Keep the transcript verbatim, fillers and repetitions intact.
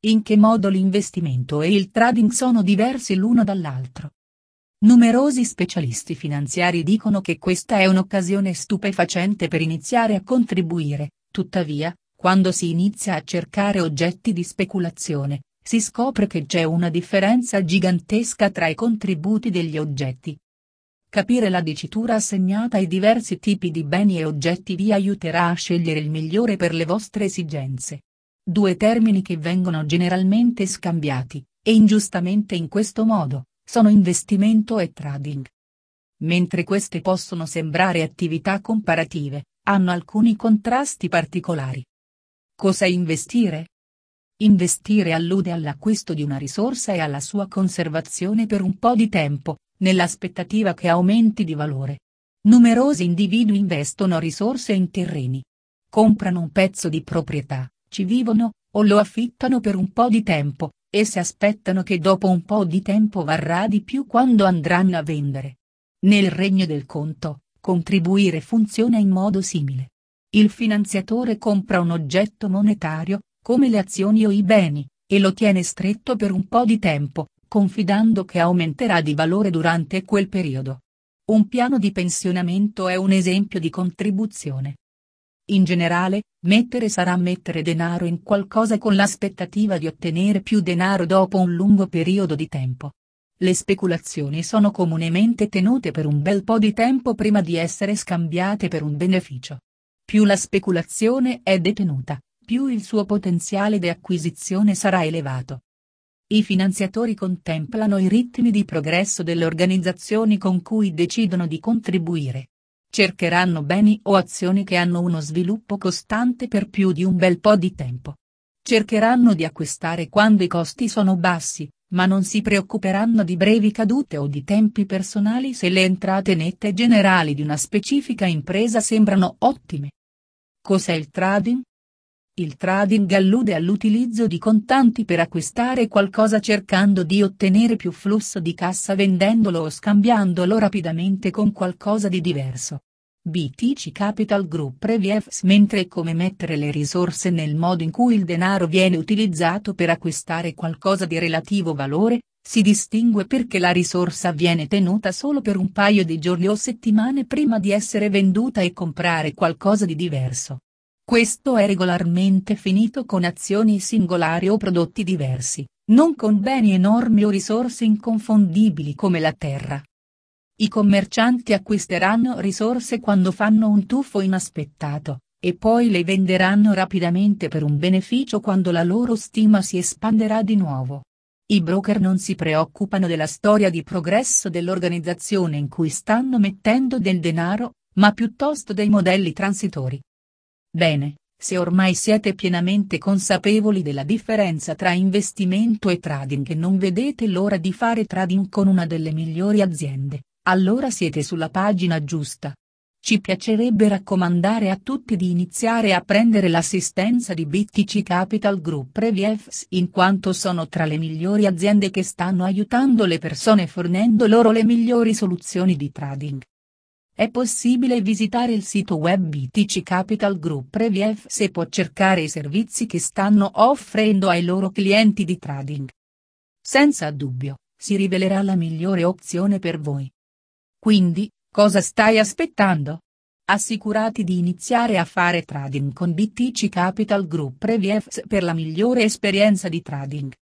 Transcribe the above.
In che modo l'investimento e il trading sono diversi l'uno dall'altro? Numerosi specialisti finanziari dicono che questa è un'occasione stupefacente per iniziare a contribuire, tuttavia, quando si inizia a cercare oggetti di speculazione, si scopre che c'è una differenza gigantesca tra i contributi degli oggetti. Capire la dicitura assegnata ai diversi tipi di beni e oggetti vi aiuterà a scegliere il migliore per le vostre esigenze. Due termini che vengono generalmente scambiati, e ingiustamente in questo modo, sono investimento e trading. Mentre queste possono sembrare attività comparative, hanno alcuni contrasti particolari. Cosa investire? Investire allude all'acquisto di una risorsa e alla sua conservazione per un po' di tempo, nell'aspettativa che aumenti di valore. Numerosi individui investono risorse in terreni. Comprano un pezzo di proprietà, ci vivono, o lo affittano per un po' di tempo, e si aspettano che dopo un po' di tempo varrà di più quando andranno a vendere. Nel regno del conto, contribuire funziona in modo simile. Il finanziatore compra un oggetto monetario, come le azioni o i beni, e lo tiene stretto per un po' di tempo, confidando che aumenterà di valore durante quel periodo. Un piano di pensionamento è un esempio di contribuzione. In generale, mettere sarà mettere denaro in qualcosa con l'aspettativa di ottenere più denaro dopo un lungo periodo di tempo. Le speculazioni sono comunemente tenute per un bel po' di tempo prima di essere scambiate per un beneficio. Più la speculazione è detenuta, più il suo potenziale di acquisizione sarà elevato. I finanziatori contemplano i ritmi di progresso delle organizzazioni con cui decidono di contribuire. Cercheranno beni o azioni che hanno uno sviluppo costante per più di un bel po' di tempo. Cercheranno di acquistare quando i costi sono bassi, ma non si preoccuperanno di brevi cadute o di tempi personali se le entrate nette generali di una specifica impresa sembrano ottime. Cos'è il trading? Il trading allude all'utilizzo di contanti per acquistare qualcosa cercando di ottenere più flusso di cassa vendendolo o scambiandolo rapidamente con qualcosa di diverso. B T C Capital Group previews mentre come mettere le risorse nel modo in cui il denaro viene utilizzato per acquistare qualcosa di relativo valore, si distingue perché la risorsa viene tenuta solo per un paio di giorni o settimane prima di essere venduta e comprare qualcosa di diverso. Questo è regolarmente finito con azioni singolari o prodotti diversi, non con beni enormi o risorse inconfondibili come la terra. I commercianti acquisteranno risorse quando fanno un tuffo inaspettato, e poi le venderanno rapidamente per un beneficio quando la loro stima si espanderà di nuovo. I broker non si preoccupano della storia di progresso dell'organizzazione in cui stanno mettendo del denaro, ma piuttosto dei modelli transitori. Bene, se ormai siete pienamente consapevoli della differenza tra investimento e trading e non vedete l'ora di fare trading con una delle migliori aziende, allora siete sulla pagina giusta. Ci piacerebbe raccomandare a tutti di iniziare a prendere l'assistenza di B T C Capital Group Previews in quanto sono tra le migliori aziende che stanno aiutando le persone fornendo loro le migliori soluzioni di trading. È possibile visitare il sito web B T C Capital Group Previews e può cercare i servizi che stanno offrendo ai loro clienti di trading. Senza dubbio, si rivelerà la migliore opzione per voi. Quindi, cosa stai aspettando? Assicurati di iniziare a fare trading con B T C Capital Group Previews per la migliore esperienza di trading.